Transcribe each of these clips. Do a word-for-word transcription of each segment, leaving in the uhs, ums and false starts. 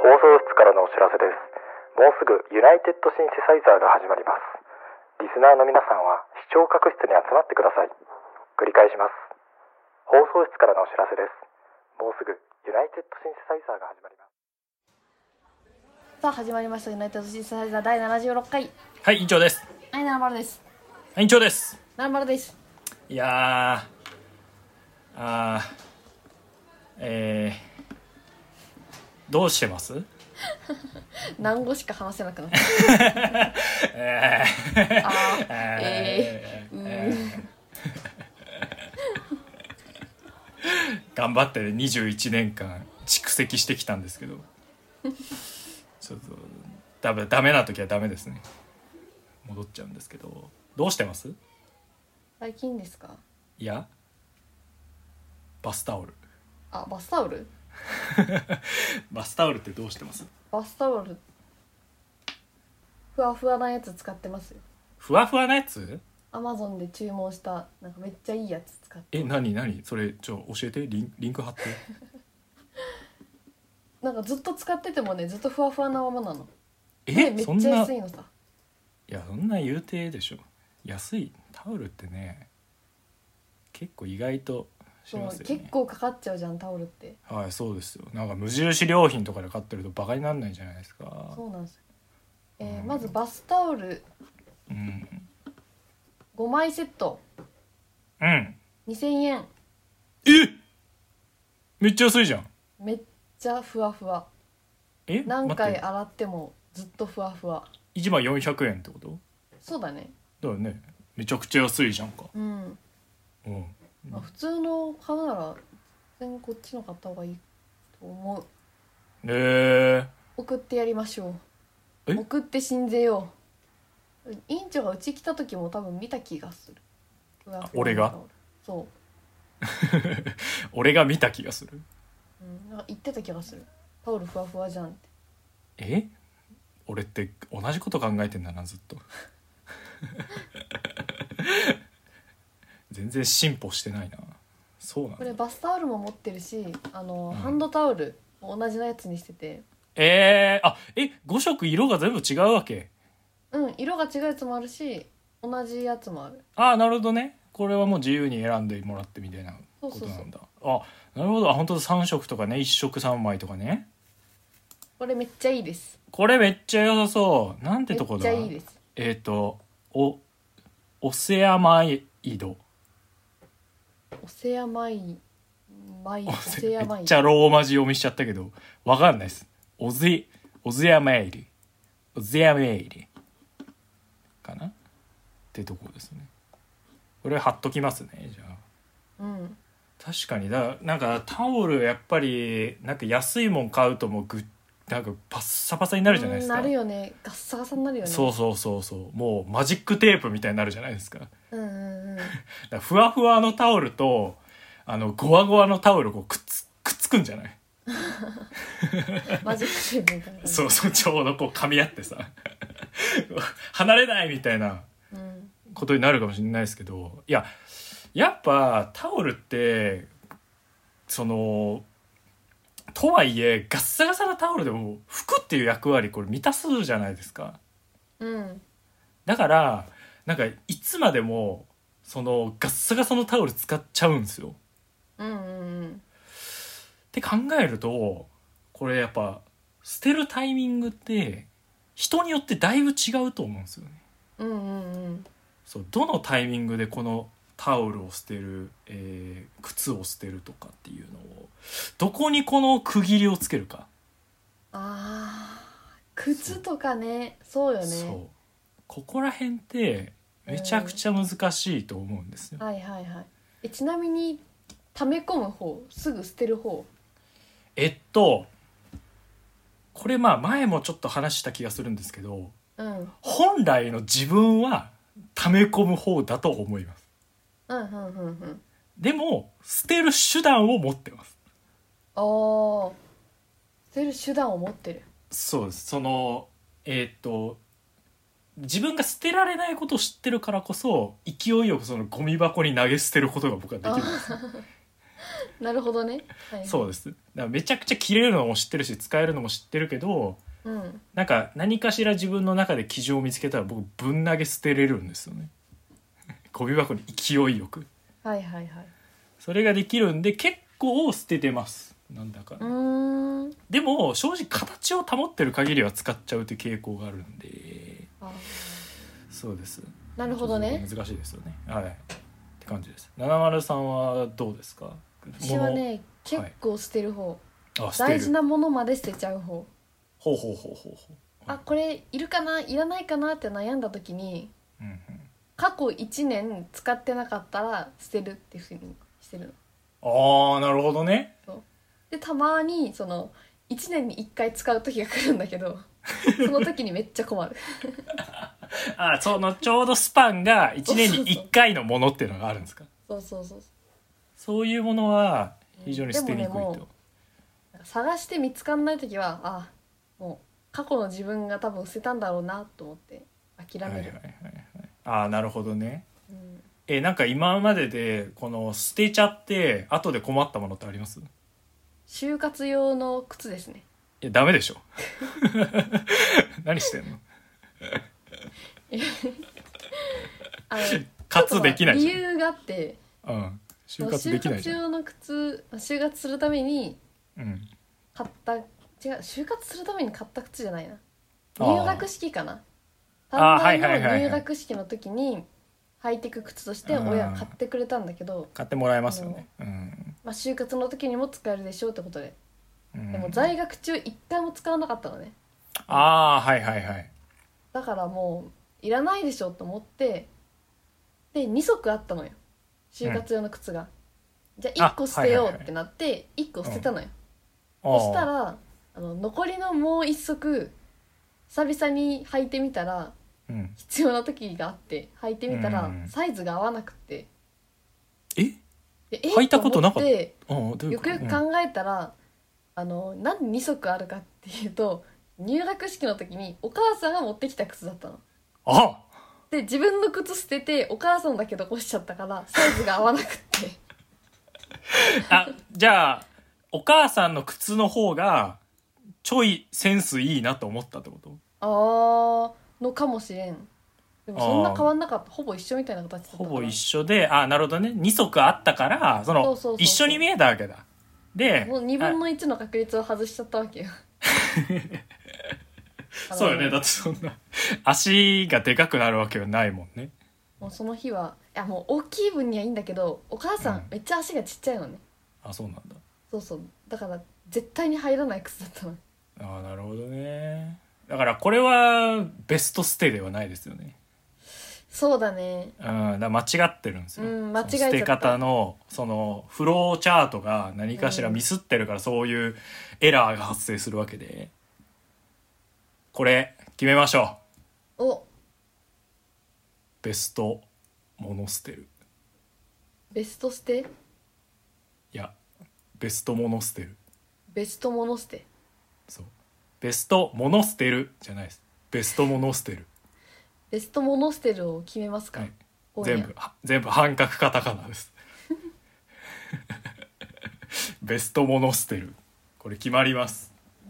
放送室からのお知らせです。もうすぐユナイテッドシンセサイザーが始まります。リスナーの皆さんは視聴覚室に集まってください。繰り返します。放送室からのお知らせです。もうすぐユナイテッドシンセサイザーが始まります。 さあ始まりましたユナイテッドシンセサイザーだいななじゅうろっかい。 はい、委員長です。 はい、ななまるです。 委員長です。 ななまるです。 いやーあーえー、どうしてます何語しか話せなくなったえー、 あーえー、 えー、 えー、頑張ってにじゅういちねんかん蓄積してきたんですけどちょっとダメ、ダメな時はダメですね。戻っちゃうんですけど、どうしてます？ 最近ですか？ いやバスタオルあ、バスタオルバスタオルってどうしてます？ バスタオルふわふわなやつ使ってますよ。 ふわふわなやつ？ アマゾンで注文したなんかめっちゃいいやつ使って。 え、なになにそれ、ちょ教えて、リン、リンク貼ってなんかずっと使っててもね、ずっとふわふわなままなの。 え、 めっちゃそんな、 安いのさ。 いや、そんな言うてでしょ。安いタオルってね、結構意外としますよね。 結構かかっちゃうじゃんタオルって。 はい、そうですよ。なんか無印良品とかで買ってるとバカになんないんじゃないですか。 そうなんですよ。えーうん、 まずバスタオル、 うん、 ごまいセット、 うん、 にせんえん。 え、めっちゃ安いじゃん。 めっちゃふわふわ。 え、 何回待って、 洗ってもずっとふわふわ。 いちまんよんひゃくえんってこと？ そうだね。 だよね。めちゃくちゃ安いじゃんか。 うん、 うん、 まあ、普通の買うなら全然こっちの買った方がいいと思う。 えー、 送ってやりましょう。 え送って信ぜよう。委員長がうち来た時も多分見た気がする。ふわふわの俺がそ俺が見た気がする。 う、うん、なんか言ってた気がする。タオルふわふわじゃんって。 え、俺って同じこと考えてんだなずっと全然進歩してないな。そうなんだ。 これバスタオルも持ってるし、あの、 うん、 ハンドタオルも同じのやつにしてて。 えー、あ、え、ご色色が全部違うわけ？ うん、色が違うやつもあるし同じやつもある。 あ、なるほどね。これはもう自由に選んでもらってみたいなことなんだ。あ、なるほど。あ、本当だ、さん色とかね、いっ色さんまいとかね。 これめっちゃいいです。 これめっちゃ良さそう。なんてとこだ？ めっちゃいいです。 えっ、ー、とおオセアマイド。 オセアマイマイオセアマイめっちゃローマ字読みしちゃったけどわかんないです。オゼオゼアメイリオゼアメイリかなってとこですね。これ貼っときますね。じゃあ、うん、確かにだ、なんかタオルやっぱりなんか安いもん買うともうぐなんかパッサパサになるじゃないですか。 なるよね。ガッサガサになるよね。 そうそうそうそう、もうマジックテープみたいになるじゃないですか。 うんうんうん。だからふわふわのタオルとあのゴワゴワのタオルこうくっつくっつくんじゃない？ マジックテープみたいな。 そうそう、ちょうどこう噛み合ってさ離れないみたいなことになるかもしれないですけど、いややっぱタオルってそのとはいえガッサガサなタオルでも拭くっていう役割これ満たすじゃないですか。 うん。 だからなんかいつまでもそのガッサガサのタオル使っちゃうんですよ。 うんうんうん。 って考えるとこれやっぱ捨てるタイミングって人によってだいぶ違うと思うんですよね。 うんうんうん。 そうどのタイミングでこのタオルを捨てる、えー、靴を捨てるとかっていうのをどこにこの区切りをつけるか。 あー、靴とかね。そうよね。 そうここら辺ってめちゃくちゃ難しいと思うんですよ、 うん、はいはいはい。えちなみに溜め込む方、すぐ捨てる方？ えっとこれまあ前もちょっと話した気がするんですけど、 うん、 本来の自分は溜め込む方だと思います。 うんうんうんうん。 でも捨てる手段を持ってます。 ああ、捨てる手段を持ってる。 そうです。そのえー、っと自分が捨てられないことを知ってるからこそ勢いよくそのゴミ箱に投げ捨てることが僕はできるんです。 なるほどね、はいはい、 そうです。だからめちゃくちゃ着れるのも知ってるし使えるのも知ってるけど、 うん、 なんか何かしら自分の中で基準を見つけたら僕ぶん投げ捨てれるんですよね。ゴミ箱に勢いよく。 はいはいはい。 それができるんで結構捨ててます。なんだか、ね、 うーん、 でも正直形を保ってる限りは使っちゃうって傾向があるんで。 あ、 そうです。 なるほどね。 難しいですよね。はい。って感じです。ななまるさんはどうですか？ 私はね結構捨てる方、 はい、あ、捨てる。 大事なものまで捨てちゃう方。 ほうほうほうほうほう。 あ、これいるかないらないかなって悩んだ時に、 うんうん、 過去いちねん使ってなかったら捨てるっていうふうにしてるの。 ああ、なるほどね。 そうでたまにそのいちねんにいっかい使う時が来るんだけどその時にめっちゃ困るあ、そのちょうどスパンがいちねんにいっかいのものっていうのがあるんですか？ そうそうそう。 そういうものは非常に捨てにくいと、 でもね、もう探して見つかんない時は、あ、もう過去の自分が多分捨てたんだろうなと思って諦める。 はいはいはいはい、ああ、なるほどね、 うん、 え、なんか今まででこの捨てちゃって後で困ったものってあります？ 就活用の靴ですね。 いやダメでしょ何してんのあの活できないじゃん。 理由があって、 うん、就活できないじゃん。 就活用の靴、就活するためにうん買った、違う、就活するために買った靴じゃないな、入学式かな、 あー短大はいはいはいはいの入学式の時に履いてく靴として親が買ってくれたんだけど、 買ってもらえますよね、うんまあ、就活の時にも使えるでしょうってことで、 うん、 でも在学中一回も使わなかったのね。 ああ、はいはいはい。 だからもういらないでしょと思って、でに足あったのよ就活用の靴が、うん、じゃあいっこ捨てようってなっていっこ捨てたのよ、うん、そしたらあの残りのもういっ足久々に履いてみたら、うん、必要な時があって履いてみたら、うん、サイズが合わなくて、 ええ履いたことなかった。 よくよく考えたら、うん、あのなんでに足あるかっていうと入学式の時にお母さんが持ってきた靴だったの。 あで自分の靴捨ててお母さんだけ残しちゃったからサイズが合わなくってあ、じゃあお母さんの靴の方がちょいセンスいいなと思ったってこと？ あーのかもしれん。でもそんな変わんなかった。ほぼ一緒みたいな形だったから。 ほぼ一緒で、あ、なるほどね、に足あったからそのそうそうそうそう一緒に見えたわけだ。でもうにぶんのいちの確率を外しちゃったわけよそうよね、だってそんな足がでかくなるわけはないもんね。 もうその日はいやもう大きい分にはいいんだけどお母さんめっちゃ足がちっちゃいのね、 うん、あ、そうなんだ。 そうそう、だから絶対に入らない靴だったの。 ああ、なるほどね。だからこれはベスト捨てではないですよね。 そうだね、 うん、だ間違ってるんですよ、 うん、間違えちゃった。 捨て方のそのフローチャートが何かしらミスってるから、そういうエラーが発生するわけで、これ決めましょう。お、 ベストモノ捨てる。 ベスト捨て？ いや、ベストモノ捨てる。 ベストモノ捨て。 そう、ベストモノ捨てるじゃないです。ベストモノ捨てる。 ベストモノ捨てるを決めますか、はい、 全部全部半角カタカナですベストモノ捨てる、これ決まります、 うん、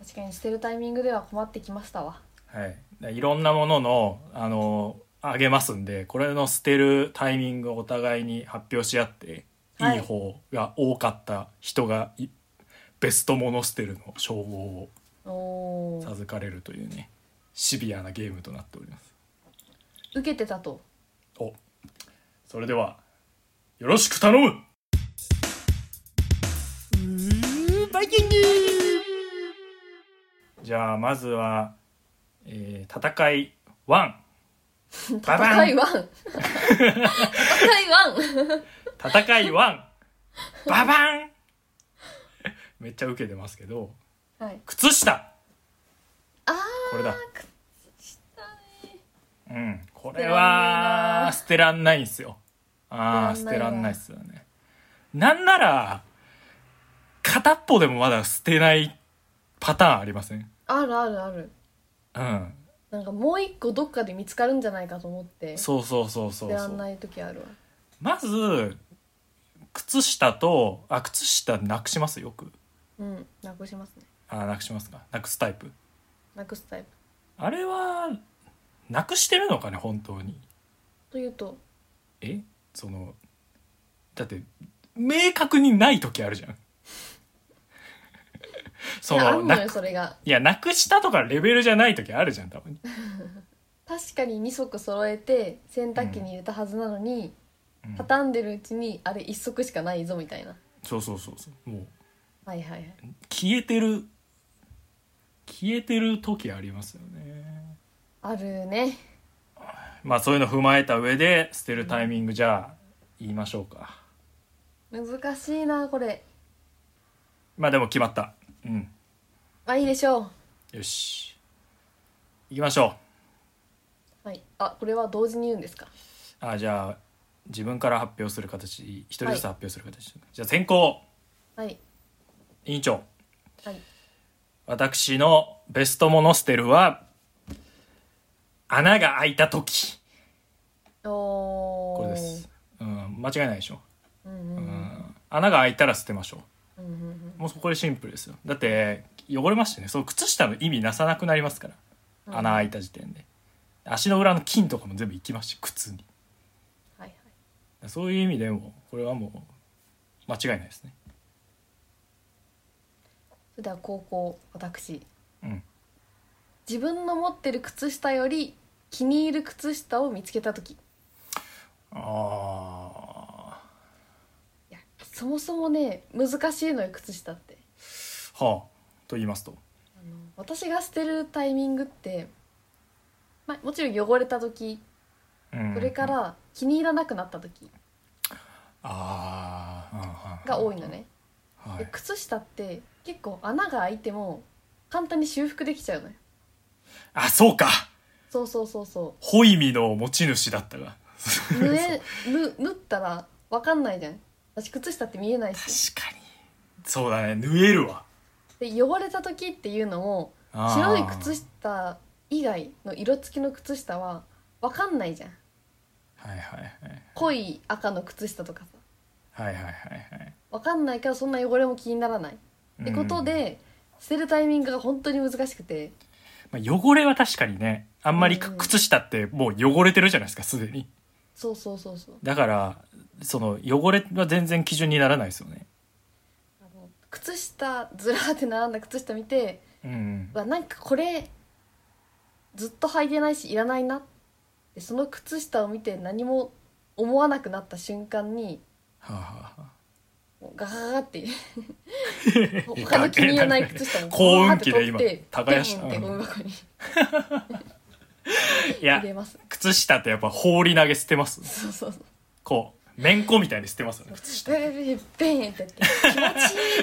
確かに捨てるタイミングでは困ってきましたわ。 はい、いろんなもののあのあげますんで、これの捨てるタイミングをお互いに発表し合って、はい、いい方が多かった人がベストモノ捨てるの称号を授かれるというね、シビアなゲームとなっております。 受けてたと。 お、それではよろしく頼む。うーバイキング。じゃあまずは、えー、戦いワン。 戦いワン戦いワン戦いワンババンめっちゃ受けてますけど、はい、靴下。 あこれだ。 靴下ね。 うん、これは捨てらんないんすよ。ああ、捨てらんないっすよね。なんなら片っぽでもまだ捨てないパターンありません？ あるあるある。 うん。 なんかもう一個どっかで見つかるんじゃないかと思って。 そうそうそうそうそう。 捨てらんない時あるわ。 まず靴下とあ靴下なくしますよく。 うんなくしますね。 あなくしますか。なくすタイプ。 なくすタイプあれはなくしてるのかね本当に。 というとえそのだって明確にない時あるじゃんそいやあんののなよそれが。 いやなくしたとかレベルじゃない時あるじゃんたまに。 確かにに足揃えて洗濯機に入れたはずなのに、 うん畳んでるうちにあれいっ足しかないぞみたいな。 そうそうそうそうもうはいはいはい消えてる消えてる時ありますよね。 あるね。 まあそういうの踏まえた上で捨てるタイミングじゃあ言いましょうか。 難しいなこれ。 まあでも決まった。うんまあいいでしょよし行きましょう。はい。あこれは同時に言うんですか。 う。あじゃあ自分から発表する形一人ずつ発表する形、はい、じゃあ先行はい委員長。 はい私のベストモノステルは穴が開いた時おーこれです、うん、間違いないでしょ、 うんうんうんうん穴が開いたら捨てましょうんうんうんう。もうこれシンプルですよ。だって汚れましてねその靴下の意味なさなくなりますから、 うん穴開いた時点で足の裏の筋とかも全部いきますし靴に。 はいはい。 そういう意味でもこれはもう間違いないですね。 それでは高校私うん自分の持ってる靴下より気に入る靴下を見つけた時。 あいやそもそもね難しいのよ靴下って。 あはあと言いますとあの私が捨てるタイミングって、まあ、もちろん汚れた時うんそれから気に入らなくなった時ああが多いのね。 はいで靴下って結構穴が開いても簡単に修復できちゃうのよ。 あそうかそうそうそうそホイミの持ち主だったがう縫え縫縫ったら分かんないじゃん。私靴下って見えないし。 確かにそうだね縫えるわ。 で汚れた時っていうのもあー白い靴下以外の色付きの靴下は分かんないじゃん。 はいはいはい濃い赤の靴下とかさはいはいはいはい分かんないからそんな汚れも気にならないってことで、捨てるタイミングが本当に難しくて、 まあ、汚れは確かにねあんまりうんうん靴下ってもう汚れてるじゃないですかすでに。 そうそうそうそうだからその汚れは全然基準にならないですよね。 あの靴下ずらーって並んだ靴下見て、 うんうんうわなんかこれずっと履いてないしいらないなでその靴下を見て何も思わなくなった瞬間にはあはあはもうガーって他の気に入らない靴下も幸運期で今ガーって耕した取ってゴミ箱にいや入れます。 靴下ってやっぱ放り投げ捨てます。 そうそうそうこうめんこみたいに捨てますよね靴下。 ベベベベーンってやって気持ちいい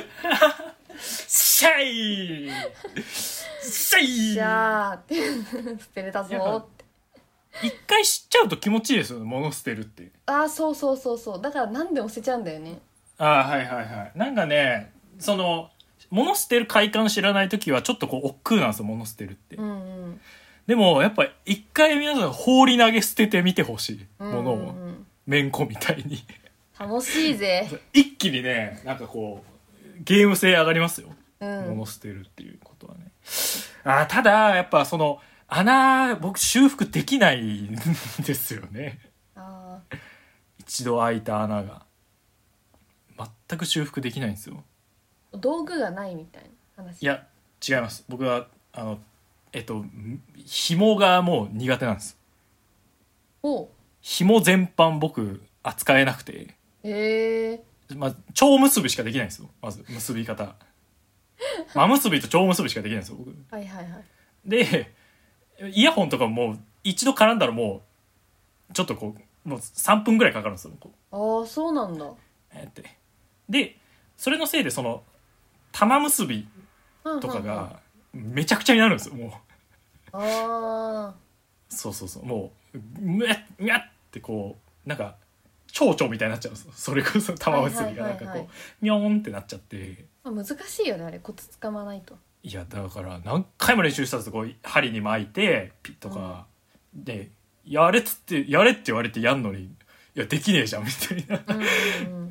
シャイシャイじゃあって捨てれたぞって。 一回知っちゃうと気持ちいいですよね物捨てるって。 ああそうそうそうそうだから何でも捨てちゃうんだよね。 ああはいはいはいなんかねその物捨てる快感知らない時はちょっとこう億劫なんですよ物捨てるって、 うんうんでもやっぱ一回皆さん放り投げ捨ててみてほしいうんものを、 うんうんめんこみたいに楽しいぜ。 一気にねなんかこうゲーム性上がりますよ、 うん物捨てるっていうことはね。あただやっぱその穴僕修復できないんですよねあ一度開いた穴が全く修復できないんですよ。 ー道具がないみたいな話。 いや違います。僕はあのえっと紐がもう苦手なんです。 お紐全般僕扱えなくて、 へえまあ、蝶結びしかできないんですよまず結び方真結びと蝶結びしかできないんですよ僕はいはいはい。 でイヤホンとかもう一度絡んだらもうちょっとこうもうさんぷんぐらいかかるんですよこうああそうなんだ。 やってでそれのせいでその玉結びとかうんうんうんがめちゃくちゃになるんですよもうあそうそうそうもうむやっむやってこうなんか蝶々みたいになっちゃうんですよそれこそ玉結びがなんかこう、 はいはいはいはいミョーンってなっちゃってー、まあ、難しいよねあれコツつかまないと。 いやだから何回も練習したんですよこう針に巻いてピッとか、うん、でやれっつってやれって言われてやんのにいやできねえじゃんみたいなうんうんうん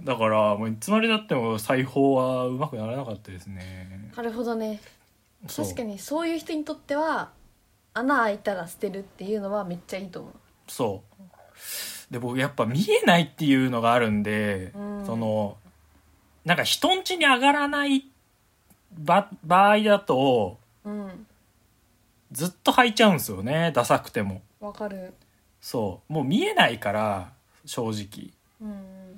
だからもういつまでだっても裁縫はうまくならなかったですね。 なるほどね。 そう確かにそういう人にとっては穴開いたら捨てるっていうのはめっちゃいいと思う。 そうで僕やっぱ見えないっていうのがあるんで、 うん、 そのなんか人ん家に上がらない場場合だと、 うん、 ずっと履いちゃうんですよね、ダサくても。 わかる。 そうもう見えないから正直、 うん、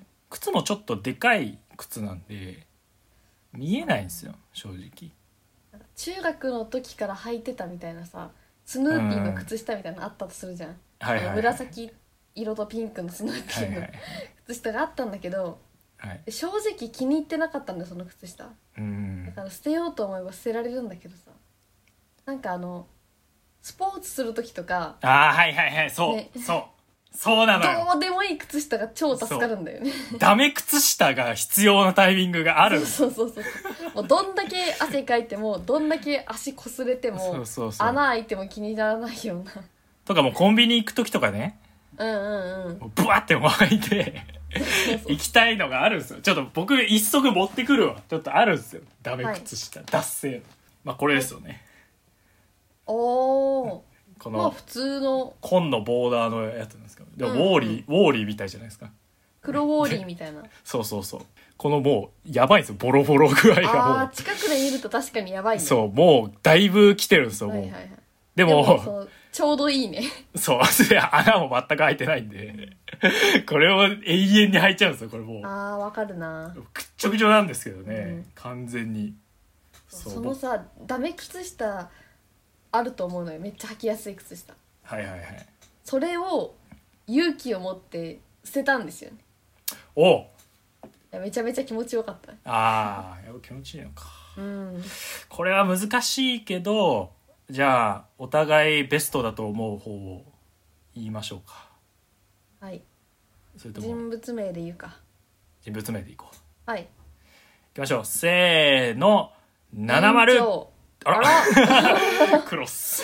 靴もちょっとでかい靴なんで見えないんですよ正直。 中学の時から履いてたみたいなさ、スヌーピーの靴下みたいなのあったとするじゃん、 はいはいはい、 紫色とピンクのスヌーピーの靴下があったんだけど、 はい、 正直気に入ってなかったんだよその靴下。 うんだから捨てようと思えば捨てられるんだけどさ、なんかあのスポーツする時とか、 ああはいはいはいそう、ね、そうそうなのよ。 どうでもいい靴下が超助かるんだよね。 ダメ靴下が必要なタイミングがある。 そうそうそうそう。もうどんだけ汗かいてもどんだけ足こすれてもそうそうそう穴開いても気にならないような。 とかもうコンビニ行く時とかね、 うんうんうん。 もうブワって巻いて行きたいのがあるんですよ。ちょっと僕一足持ってくるわ。ちょっとあるんですよ。ダメ靴下、はい、脱製。まあこれですよね。はい、 おお。 このまあ普通の紺のボーダーのやつなんですけど、でもウォーリー、うん、ウォーリーみたいじゃないですか。 黒ウォーリーみたいな。 そうそうそう。このもうやばいんですよ、ボロボロ具合がもう。 ああ近くで見ると確かにやばいね。 そうもうだいぶ来てるんですよ、もう。はいはいはい、でも、でもちょうどいいね。 そう穴も全く開いてないんでこれを永遠に開いちゃうんですよこれもう。 あーわかるな。 くっちょくちょなんですけどね、うん、完全に。 そうそのさダメ靴下あると思うのよ、めっちゃ履きやすい靴下。 はいはいはい。 それを勇気を持って捨てたんですよね。 おめちゃめちゃ気持ちよかった。 ああやっぱ気持ちいいのか。 うんこれは難しいけど、じゃあお互いベストだと思う方を言いましょうか。 はい。 それとも人物名で言うか。 人物名でいこう。はい。 いきましょう。せーのななまる。あらクロス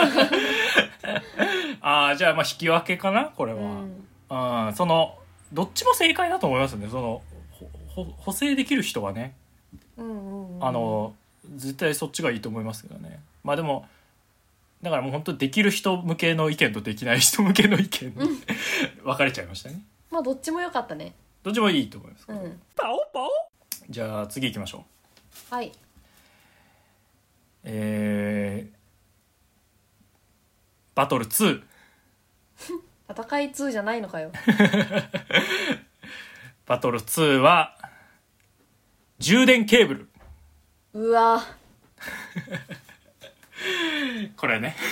ああじゃあまあ引き分けかなこれは。うん、あそのどっちも正解だと思いますね。そのほほ補正できる人はね、 うんうんうん、 あの絶対そっちがいいと思いますけどね。まあでもだからもう本当できる人向けの意見とできない人向けの意見に分かれちゃいましたね。 まあどっちも良かったね。 どっちもいいと思います。 うん、 パオパオ。じゃあ次行きましょう。はい。 えー、バトルツー戦いツーじゃないのかよバトルツーは充電ケーブル。 うわこれね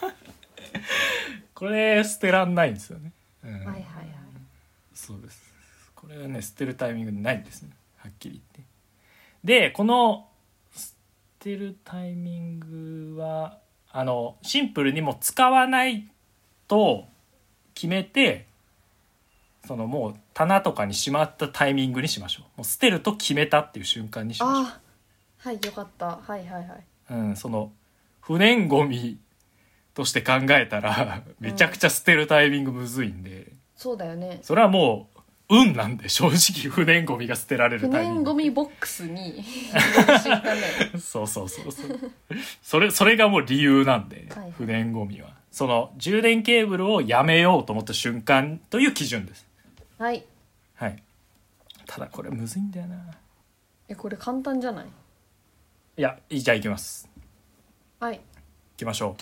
これ捨てらんないんですよね、うん、はいはいはい。そうです。これはね捨てるタイミングないんですね、はっきり言って。でこの捨てるタイミングはあのシンプルにも使わないと決めて、そのもう棚とかにしまったタイミングにしましょう。もう捨てると決めたっていう瞬間にしましょう。 あはいよかった。はいはいはい。 うん、その不燃ゴミとして考えたらめちゃくちゃ捨てるタイミングむずいんで、うん、 そうだよね。 それはもう運なんで、正直不燃ゴミが捨てられるタイミング、不燃ゴミボックスにそうそうそうそうそれそれがもう理由なんで、はいはい、不燃ゴミはその充電ケーブルをやめようと思った瞬間という基準です。 はいはい。ただこれむずいんだよな。 えこれ簡単じゃない？ いやじゃあいきます。 はいいきましょう。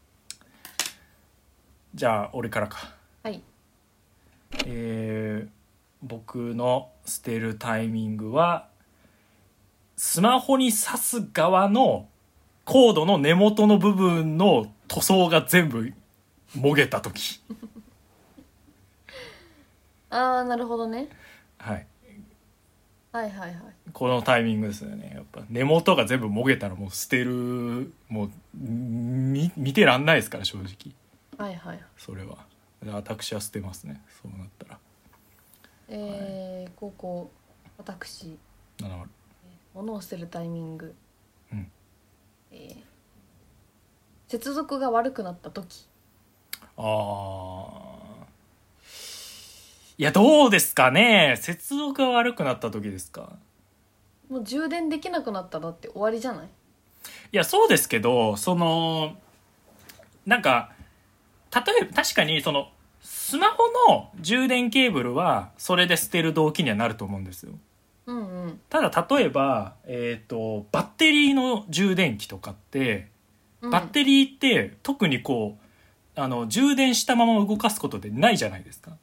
じゃあ俺からか。 はい。 えー、僕の捨てるタイミングはスマホに挿す側のコードの根元の部分の塗装が全部もげた時あーなるほどね、 はい、 はいはいはいこのタイミングですよね。やっぱ根元が全部もげたらもう捨てる、もう見見てらんないですから正直。 はいはい。 それは私は捨てますね、そうなったら。 えーはい、高校私ななわる物を捨てるタイミング、 うんえー、接続が悪くなった時。 あいやどうですかね。接続が悪くなった時ですか。 もう充電できなくなったらって終わりじゃない？ いやそうですけど、そのなんか例えば確かにそのスマホの充電ケーブルはそれで捨てる動機にはなると思うんですよ。 うんうん。 ただ例えば、えーと、バッテリーの充電器とかって、 うん、 バッテリーって特にこうあの充電したまま動かすことってないじゃないですか。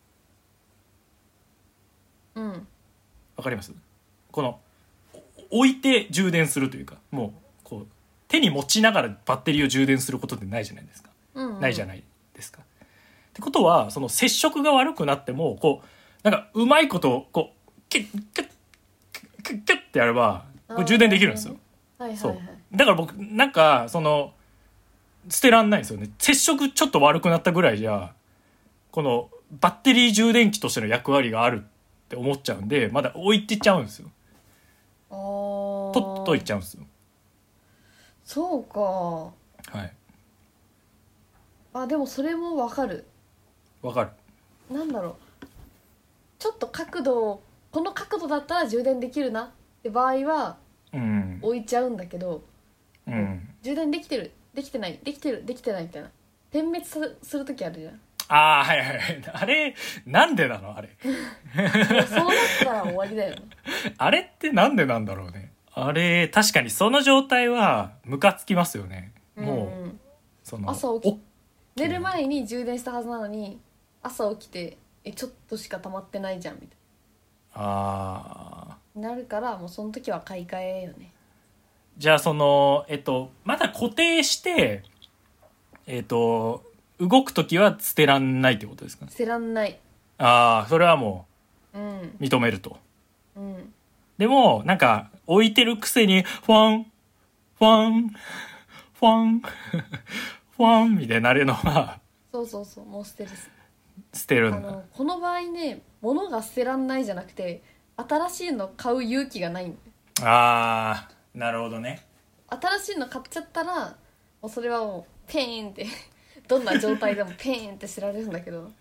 うん。 わかります？この置いて充電するというか、もうこう手に持ちながらバッテリーを充電することってないじゃないですか。 うんうん、 ないじゃないですか。ってことはその接触が悪くなってもこうなんかうまいことこうキュッキュッキュッキュッってやればこれ充電できるんですよ。 はいはいはい、 そうだから僕なんかその捨てらんないんですよね。接触ちょっと悪くなったぐらいじゃこのバッテリー充電器としての役割があるって思っちゃうんで、まだ置いてっちゃうんですよ。 あ取っといちゃうんですよ。 そうか。 はい。 あでもそれもわかる。 わかる。 なんだろう、ちょっと角度をこの角度だったら充電できるなって場合はうん置いちゃうんだけど、 うん、 充電できてるできてないできてるできてないみたいな点滅する時あるじゃん。 ああはいはいはい。あれなんでなのあれ。 そうなったら終わりだよね。 あれってなんでなんだろうね。あれ確かにその状態はムカつきますよね。もう、うんうん、その朝起き寝る前に充電したはずなのに朝起きてえちょっとしか溜まってないじゃんみたいなあなるからもうその時は買い替えよね。 じゃあそのえっとまだ固定してえっと動く時は捨てらんないってことですか？ 捨てらんない。 ああそれはもう認めると、 うん、うん、 でもなんか置いてるくせにファンファンファンファンみたいになるのはそうそうそうもう捨てる捨てるんだ。 あのこの場合ね物が捨てらんないじゃなくて新しいの買う勇気がないんだよ。 あーなるほどね。 新しいの買っちゃったらもうそれはもうペーンってどんな状態でもペーンって知られるんだけど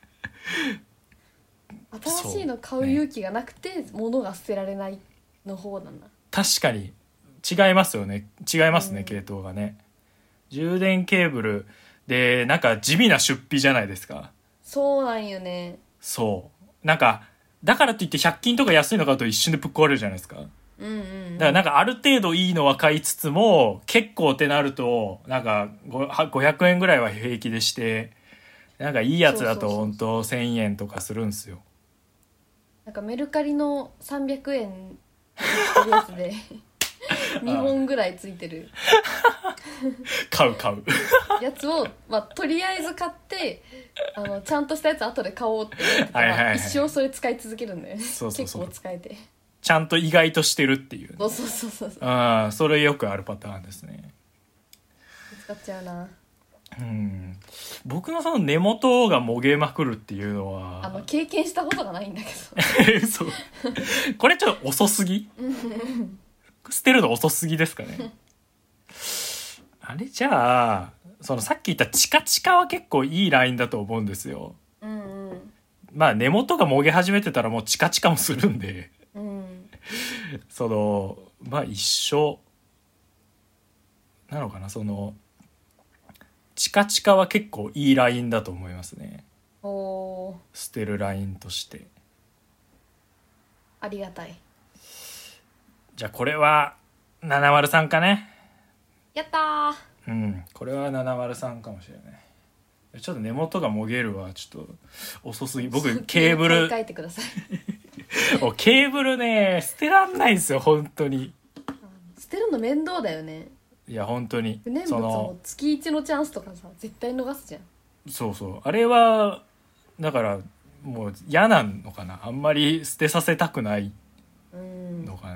新しいの買う勇気がなくて、ね、物が捨てられないの方なんだ。 確かに違いますよね。違いますね、うん、系統がね。充電ケーブルでなんか地味な出費じゃないですか。 そうなんよね。 そうなんかだからといってひゃく均とか安いの買うと一瞬でぶっ壊れるじゃないですか。 うんうんうん、 だからなんかある程度いいのは買いつつも結構ってなるとなんかごひゃくえんぐらいは平気でしてなんかいいやつだと本当せんえんとかするんですよ。 なんかメルカリのさんびゃくえんのやつでにほんぐらいついてる買う買うやつを、まあ、とりあえず買ってあのちゃんとしたやつ後で買おうって思ってたら、はいはいはい、一生それ使い続けるんだよね。そうそうそう、結構使えてちゃんと意外としてるっていう、ね、 そうそうそうそうあそれよくあるパターンですね。 使っちゃうな。 うん僕のその根元がもげまくるっていうのはあの経験したことがないんだけどそうこれちょっと遅すぎ捨てるの遅すぎですかねあれじゃあそのさっき言ったチカチカは結構いいラインだと思うんですよ。 うんうん、 まあ根元がもげ始めてたらもうチカチカもするんで、 うん、 そのまあ一緒なのかな。そのチカチカは結構いいラインだと思いますね。 お捨てるラインとしてありがたい。 じゃあこれはななまるさんかね。 やったー。 うんこれはななまるさんかもしれない。ちょっと根元がもげるはちょっと遅すぎ。僕ケーブル買い替えてくださいケーブルね捨てらんないんですよ本当に。 捨てるの面倒だよね。 いや本当に不燃物も月いちのチャンスとかさ絶対逃すじゃん。 そうそうあれはだからもう嫌なのかな。あんまり捨てさせたくないのかな、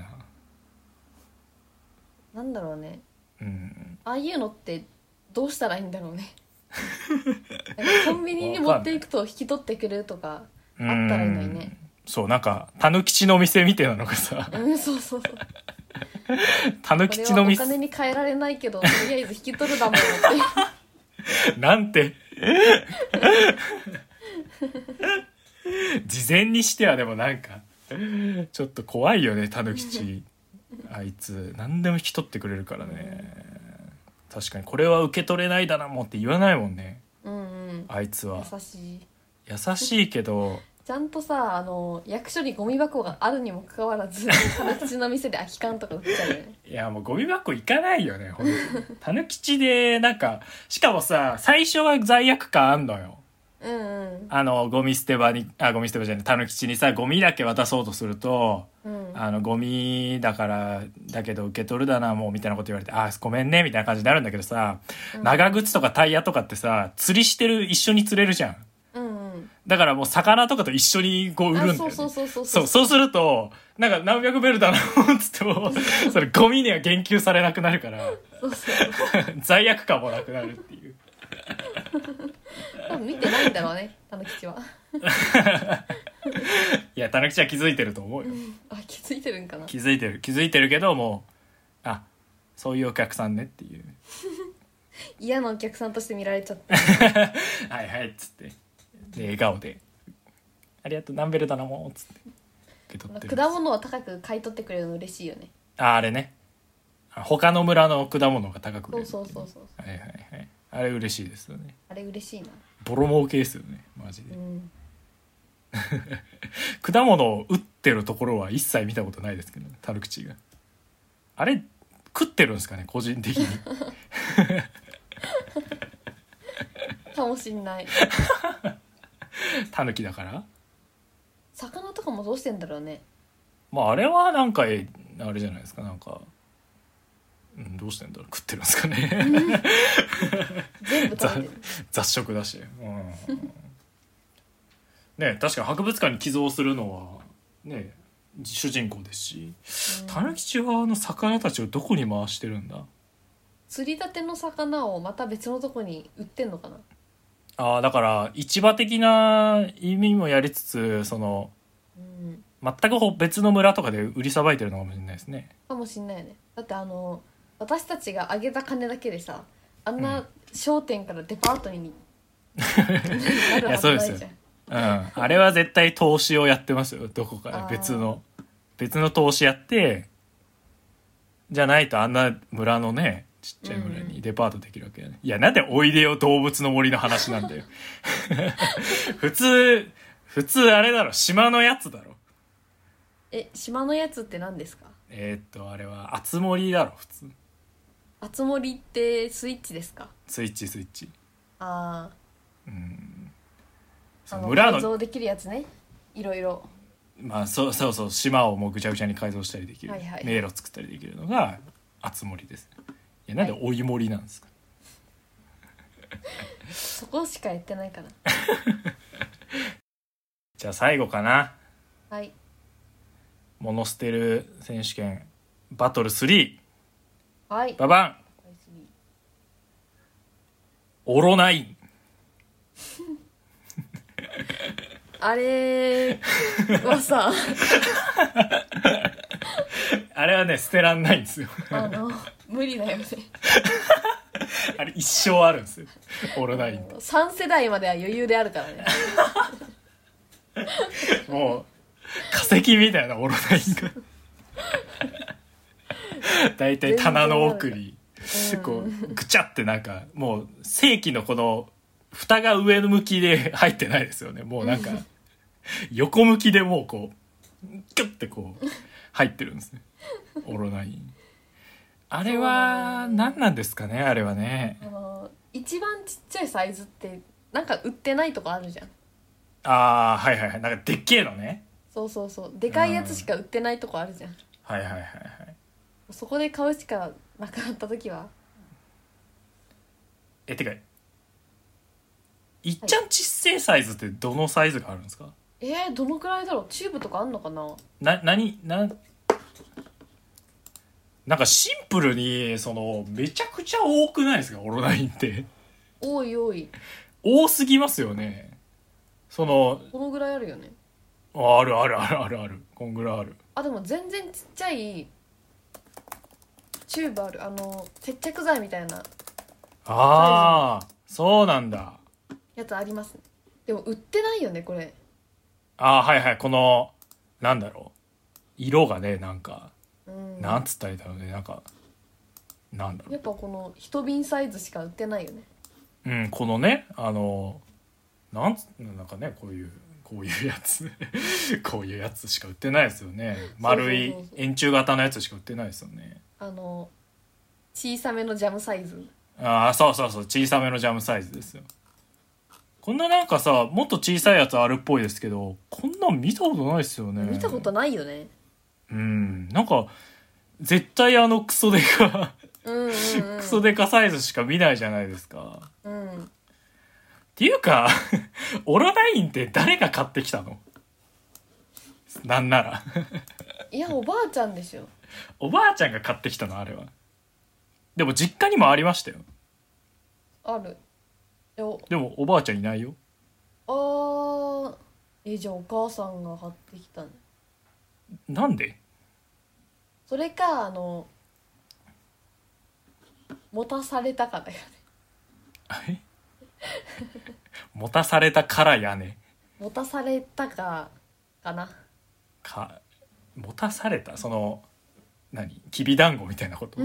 うん、なんだろうね、 うん、 ああいうのってどうしたらいいんだろうねコンビニに持っていくと引き取ってくれるとかあったらいいのにね。 そうなんかたぬきちの店みたいなのがさうんそうそうそうたぬきちの店お金に換えられないけどとりあえず引き取るだもんってなんて事前にしてはでもなんかちょっと怖いよね、たぬきち。あいつ何でも引き取ってくれるからね。確かにこれは受け取れないだなもんって言わないもんね、 うんうん、 あいつは。 優しい優しいけどちゃんとさ、あの役所にゴミ箱があるにもかかわらずたぬきちの店で空き缶とか売っちゃうよね。 いやもうゴミ箱行かないよねほんとに。たぬきちでなんかしかもさ最初は罪悪感あんのよ。 うんうん、 あのゴミ捨て場にあゴミ捨て場じゃないたぬきちにさゴミだけ渡そうとすると、うん、あのゴミだからだけど受け取るだなもうみたいなこと言われてあごめんねみたいな感じになるんだけどさ、うん、長靴とかタイヤとかってさ釣りしてる一緒に釣れるじゃん。だからもう魚とかと一緒にこう売るんだよね。 そうそうそうそうそうそうするとなんか何百ベルだなっつってもそれゴミには言及されなくなるからそうそう罪悪感もなくなるっていう。 多分見てないんだろうねたぬきちは。 いやたぬきちは気づいてると思うよ、うん、 あ気づいてるんかな。 気づいてる気づいてるけどもうあそういうお客さんねっていう嫌なお客さんとして見られちゃってはいはいっつってで笑顔でありがとう何ベルだなもんっつって受け取ってる。 果物を高く買い取ってくれるの嬉しいよね。 ああれね他の村の果物が高く売れる、ね、 そうそうそうそうはいはいはいあれ嬉しいですよね。 あれ嬉しいな。 ボロ儲けですよねマジで、 うん、 果物を売ってるところは一切見たことないですけどねたぬきちが。あれ食ってるんですかね個人的にかもしんないタヌキだから魚とかもどうしてんだろうね。 まああれはなんかあれじゃないですかなんか、うん、どうしてんだろう食ってるんですかね全部食べてる雑食だし、うん、ね確かに博物館に寄贈するのはね主人公ですし、たぬきちはあの魚たちをどこに回してるんだ。 釣りたての魚をまた別のとこに売ってんのかな。 ああだから市場的な意味もやりつつその、うん、全く別の村とかで売りさばいてるのかもしれないですね。 かもしんないよね。だってあの私たちがあげた金だけでさあんな商店からデパートに、うん、なるはずないじゃん。 うん、あれは絶対投資をやってますよどこか別の別の投資やってじゃないとあんな村のねちっちゃい村にデパートできるわけやね、うん、いやなんでおいでよ動物の森の話なんだよ普通普通あれだろ島のやつだろ。 え島のやつって何ですか。 えー、っとあれはあつ森だろ普通。 あつ森ってスイッチですか。 スイッチスイッチ。 ああうんあの村の改造できるやつねいろいろ。 まあそうそうそう島をもうぐちゃぐちゃに改造したりできる、 はいはい、 迷路作ったりできるのがあつ森です。いやなんでおい森なんですか、 はい、そこしかやってないからじゃあ最後かな。 はい。 モノステル選手権バトルスリー、 はい、 ババンオロナインあれはさあれはね捨てらんないんですよあの無理だよねあれ一生あるんですよオロナインってさん世代までは余裕であるからねもう化石みたいなオロナインがだいたい棚の奥にこうぐちゃってなんかもう正規のこの蓋が上向きで入ってないですよね。もうなんか横向きでもうこうキュッてこう入ってるんですねオロナイン。あれは何なんですかねあれはね。 あの一番ちっちゃいサイズってなんか売ってないとこあるじゃん。 ああはいはいはいなんかでっけえのね。 そうそうそうでかいやつしか売ってないとこあるじゃん、うん、 はいはいはいはいそこで買うしかなくなった時はえてかいっちゃんちっせえサイズってどのサイズがあるんですか。 えー、どのくらいだろう。チューブとかあんのかな。 な何ななんかシンプルにそのめちゃくちゃ多くないですかオロナインって。 多い多い多すぎますよね。そのこのぐらいあるよね。 ああるあるあるあるあるこんぐらいある。 あでも全然ちっちゃいチューブある。あの接着剤みたいなああそうなんだやつありますね。でも売ってないよねこれ。 ああはいはい、このなんだろう、色がねなんか、 うん、 なんつったらいいだろうね、なんかなんだろう、 やっぱこの一瓶サイズしか売ってないよね。 うん、このねあのなんつなんかねこういうこういうやつこういうやつしか売ってないですよね。丸い円柱型のやつしか売ってないですよね。 あの小さめのジャムサイズ。 ああそうそうそう、小さめのジャムサイズですよ。こんななんかさもっと小さいやつあるっぽいですけど、こんなん見たことないですよね。 見たことないよね。 うん、なんか絶対あのクソデカうんうん、うん、 クソデカサイズしか見ないじゃないですか。 うん、 っていうかオロナインって誰が買ってきたの？なんならいやおばあちゃんでしょ。 おばあちゃんが買ってきたのあれは。でも実家にもありましたよ。 あるよ。 でもおばあちゃんいないよ。 あーえじゃあお母さんが買ってきたの。 なんで？ それかあの持たされたかだよね。 持たされたからやね。 持たされたかかな。 か持たされた、その何きびだんごみたいなこと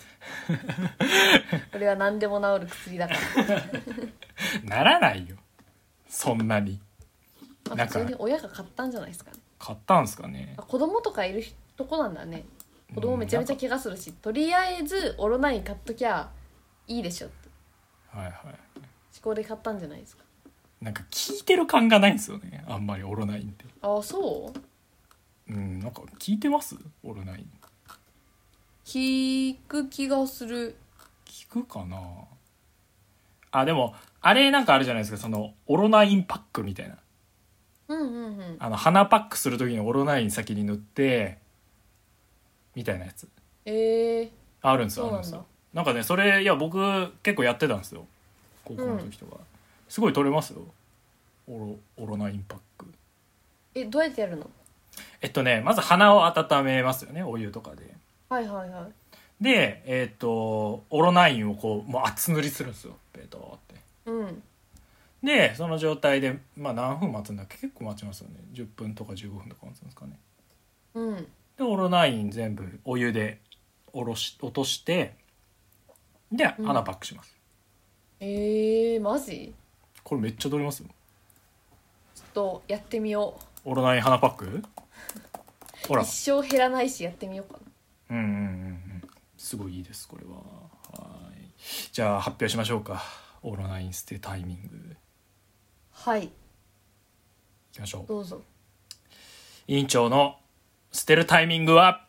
これは何でも治る薬だからならないよそんなに。 まあなんか普通に親が買ったんじゃないですかね。 買ったんすかね。 あ子供とかいるとこなんだね。子供めちゃめちゃ怪我するし、とりあえずオロナイン買っときゃいいでしょってはいはい。 思考で買ったんじゃないですか。 なんか聞いてる感がないんですよね、あんまりオロナインって。 ああそううんなんか聞いてますオロナイン。 聞く気がする。 聞くかなあ。でもあれなんかあるじゃないですか、そのオロナインパックみたいな。 うんうんうん。 あの鼻パックする時にオロナイン先に塗ってみたいなやつえー、 あるんですよ。 そうなんだ。 あるんですよ。なんかねそれいや僕結構やってたんですよ高校の時とか、うん、すごい取れますよオロ、オロナインパック。 えどうやってやるの？ えっとねまず鼻を温めますよね、お湯とかで。 はいはいはい。 でえっとオロナインをこうもう厚塗りするんですよペトーって。 うんでその状態でまあ何分待つんだっけ、結構待ちますよね。じゅっぷんとかじゅうごふんとか待つんですかね。 うんでオロナイン全部お湯でおろし落としてで鼻パックします、 うん、えー、マジ？ これめっちゃ取れますよ。 ちょっとやってみよオロナイン鼻パックほらう。一生減らないしやってみようかな。 うんうんうんうんすごいいいですこれは。はいじゃあ発表しましょうか。オロナイン捨てタイミングはいいきましょう。 どうぞ。 委員長の捨てるタイミングは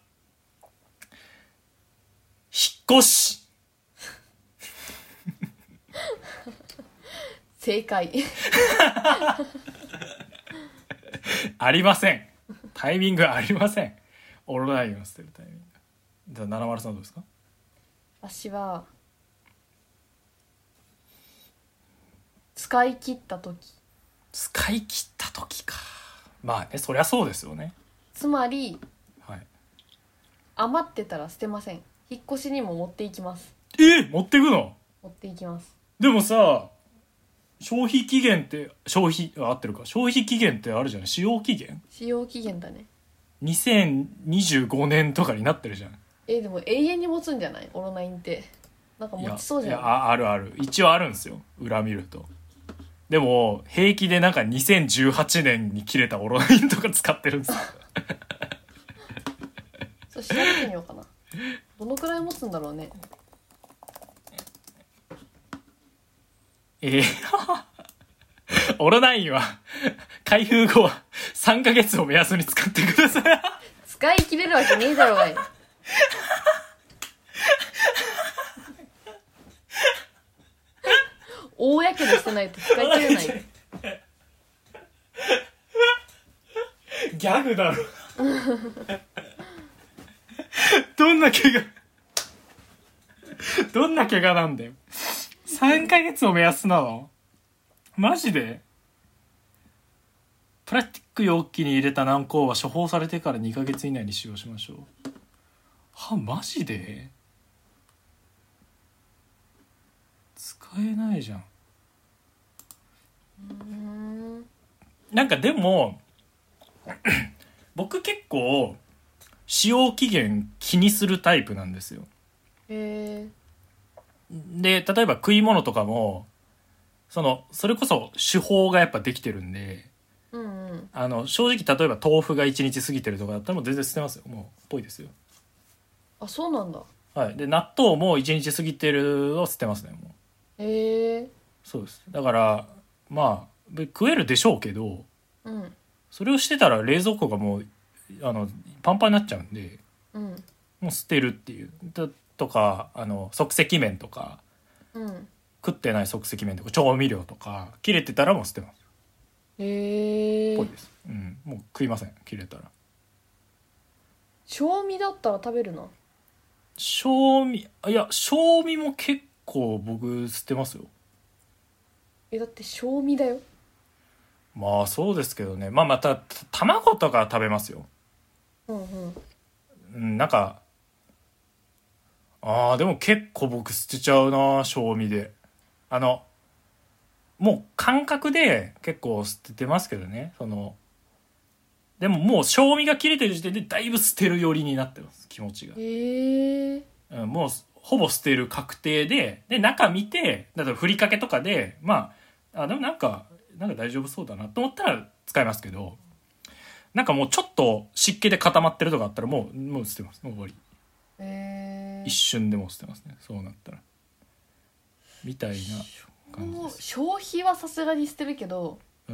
引っ越し正解ありません。タイミングありません。オロナインを捨てるタイミング。じゃあななまるさんどうですか？ 私は使い切った時。 使い切った時か。まあねそりゃそうですよね。 つまり、 はい、 余ってたら捨てません。引っ越しにも持っていきます。 え持ってくの？ 持っていきます。 でもさ消費期限って消費あ合ってるか、消費期限ってあるじゃない、使用期限使用期限だね。 にせんにじゅうごねんとかになってるじゃん。 えでも永遠に持つんじゃない？オロナインってなんか持ちそうじゃん。 いやいや あ, あるある一応あるんですよ裏見ると。でも平気でなんかにせんじゅうはちねんに切れたオロナインとか使ってるんですよそう調べてみようかな。どのくらい持つんだろうね。 えー、オロナインは開封後はさんかげつを目安に使ってください使い切れるわけねえだろうがい大やけどしてないと使い切れないよギャグだろどんな怪我どんな怪我なんだよ。さんかげつを目安なの？マジで？プラスチック容器に入れた軟膏は処方されてからにかげつ以内に使用しましょう。はマジで？使えないじゃん。 うーんなんかでも僕結構使用期限気にするタイプなんですよ。 へえ。 で例えば食い物とかもそのそれこそ手法がやっぱできてるんで、 うんうん。 あの正直例えば豆腐がいちにち過ぎてるとかだったらもう全然捨てますよ。もうぽいですよ。 あ、そうなんだ。 はい。で納豆もいちにち過ぎてるを捨てますね。もうへえ。 そうです。だからまあ食えるでしょうけど、 うん。 それをしてたら冷蔵庫がもうあのパンパンになっちゃうんで、 うん。 もう捨てるっていうととか、あの即席麺とかうん。 食ってない即席麺とか調味料とか切れてたらもう捨てます。 へえ。 ぽいです。うん、もう食いません。切れたら。 賞味だったら食べるな。 賞味、いや賞味も結構僕捨てますよ。 え、だって賞味だよ。 まあそうですけどね。まあまた卵とか食べますよ。 うんうん。 うん、なんかあーでも結構僕捨てちゃうな、賞味で。あのもう感覚で結構捨ててますけどね。そのでももう賞味が切れてる時点でだいぶ捨てる寄りになってます、気持ちが。 へえ。 うん、もうほぼ捨てる確定で、で中見て、例えばふりかけとかでまあ、あでもなんかなんか大丈夫そうだなと思ったら使いますけど、なんかもうちょっと湿気で固まってるとかあったらもうもう捨てます。もう終わり。 へえ。 一瞬でもう捨てますね、そうなったら。みたいな感じもうです。 消費はさすがに捨てるけど、 うん、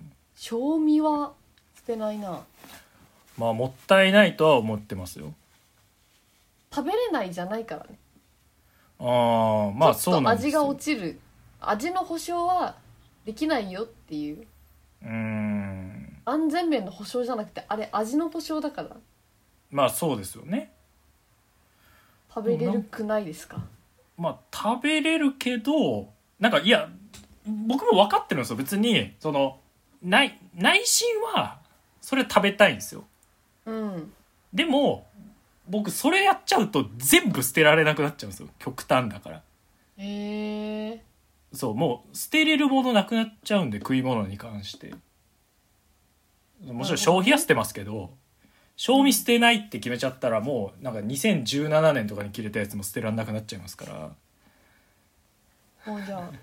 賞味は捨てないな。 まあもったいないとは思ってますよ。 食べれないじゃないからね。 ああまあそうなんですよ。 ちょっと味が落ちる。味の保証はできないよっていう。 うーん安全面の保証じゃなくて、あれ味の保証だから。 まあそうですよね。 食べれるくないですか？ まあ食べれるけど、なんかいや僕も分かってるんですよ。別にその内内心はそれ食べたいんですよ。 うん。 でも僕それやっちゃうと全部捨てられなくなっちゃうんですよ。極端だから。 へえ。 そうもう捨てれるものなくなっちゃうんで、食い物に関して。もちろん消費は捨てますけど、賞味捨てないって決めちゃったらもうなんかにせんじゅうななねんとかに切れたやつも捨てられなくなっちゃいますから。 もうじゃあ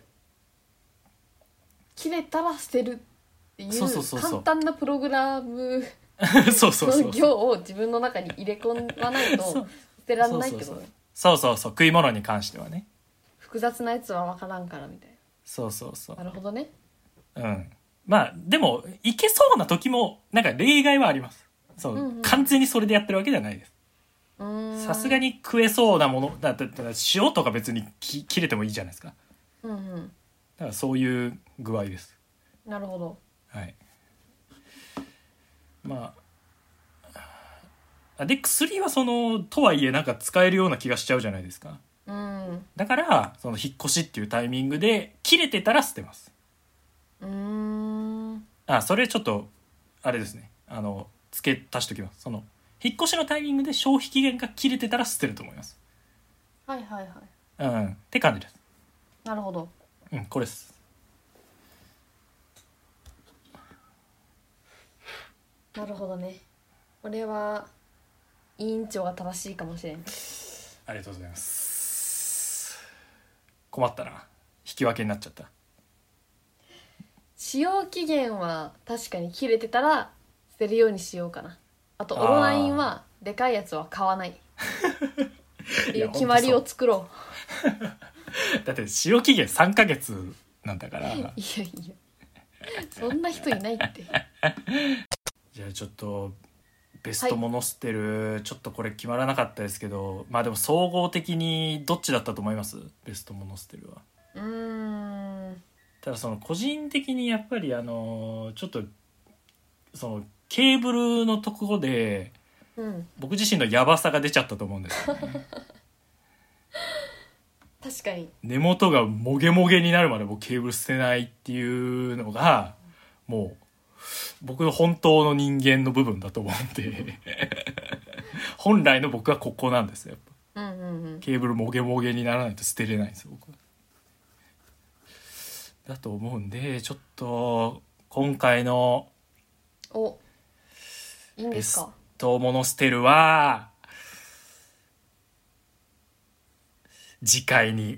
切れたら捨てるっていうそうそうそうそう簡単なプログラムそうそうそうの行を自分の中に入れ込まないと捨てられないってことね。 そうそうそう、食い物に関してはね。 複雑なやつは分からんからみたいそうそうそな。なるほどね。 う。うん。まあでもいけそうな時もなんか例外はあります。そう、 うんうん、 完全にそれでやってるわけではないです。さすがに食えそうなものだって塩とか別にき切れてもいいじゃないですか。 うんうん。 だからそういう具合です。 なるほど。 はい。まあで薬はそのとはいえなんか使えるような気がしちゃうじゃないですか。 うん。 だからその引っ越しっていうタイミングで切れてたら捨てます。 うーん。 あ、それちょっとあれですね。あの付け足しときます。その引っ越しのタイミングで消費期限が切れてたら捨てると思います。 はいはいはい。 うんって感じです。 なるほど。 うんこれです。 なるほどね。これは委員長が正しいかもしれん。 ありがとうございます。困ったな。引き分けになっちゃった。 使用期限は確かに切れてたら捨てるようにしようかな。あとオロナインはでかいやつは買わないっていう決まりを作ろう。だって使用期限さんかげつなんだから。 いやいやそんな人いないって。 じゃあちょっとベストもの捨てる、はい、ちょっとこれ決まらなかったですけど、まあでも総合的にどっちだったと思います？ベストもの捨てるは。 うーん。 ただその個人的にやっぱりあのちょっとそのケーブルのところで、うん、僕自身のヤバさが出ちゃったと思うんですよね。 確かに根元がもげもげになるまで僕ケーブル捨てないっていうのがもう僕の本当の人間の部分だと思うんで本来の僕はここなんですよ、やっぱ、うんうんうん、ケーブルもげもげにならないと捨てれないんですよ僕は。だと思うんでちょっと今回のおいいんベスですか？ トモノステルは次回に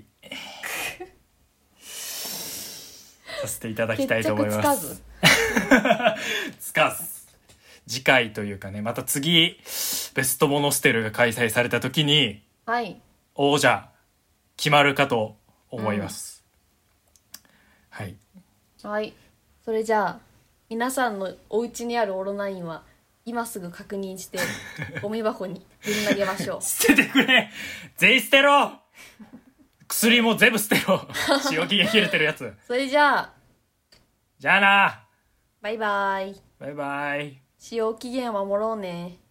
させていただきたいと思います。 決着つかずつかず。次回というかね、また次ベストモノステルが開催された時にはい王者決まるかと思います、うん、はいはいそれじゃあ皆さんのお家にあるオロナインは今すぐ確認してゴミ箱にぶん投げましょう。 捨ててくれ、全員捨てろ、薬も全部捨てろ使用期限切れてるやつ。 それじゃあじゃあな、 バイバイ。 バイバイ。 使用期限は守ろうね。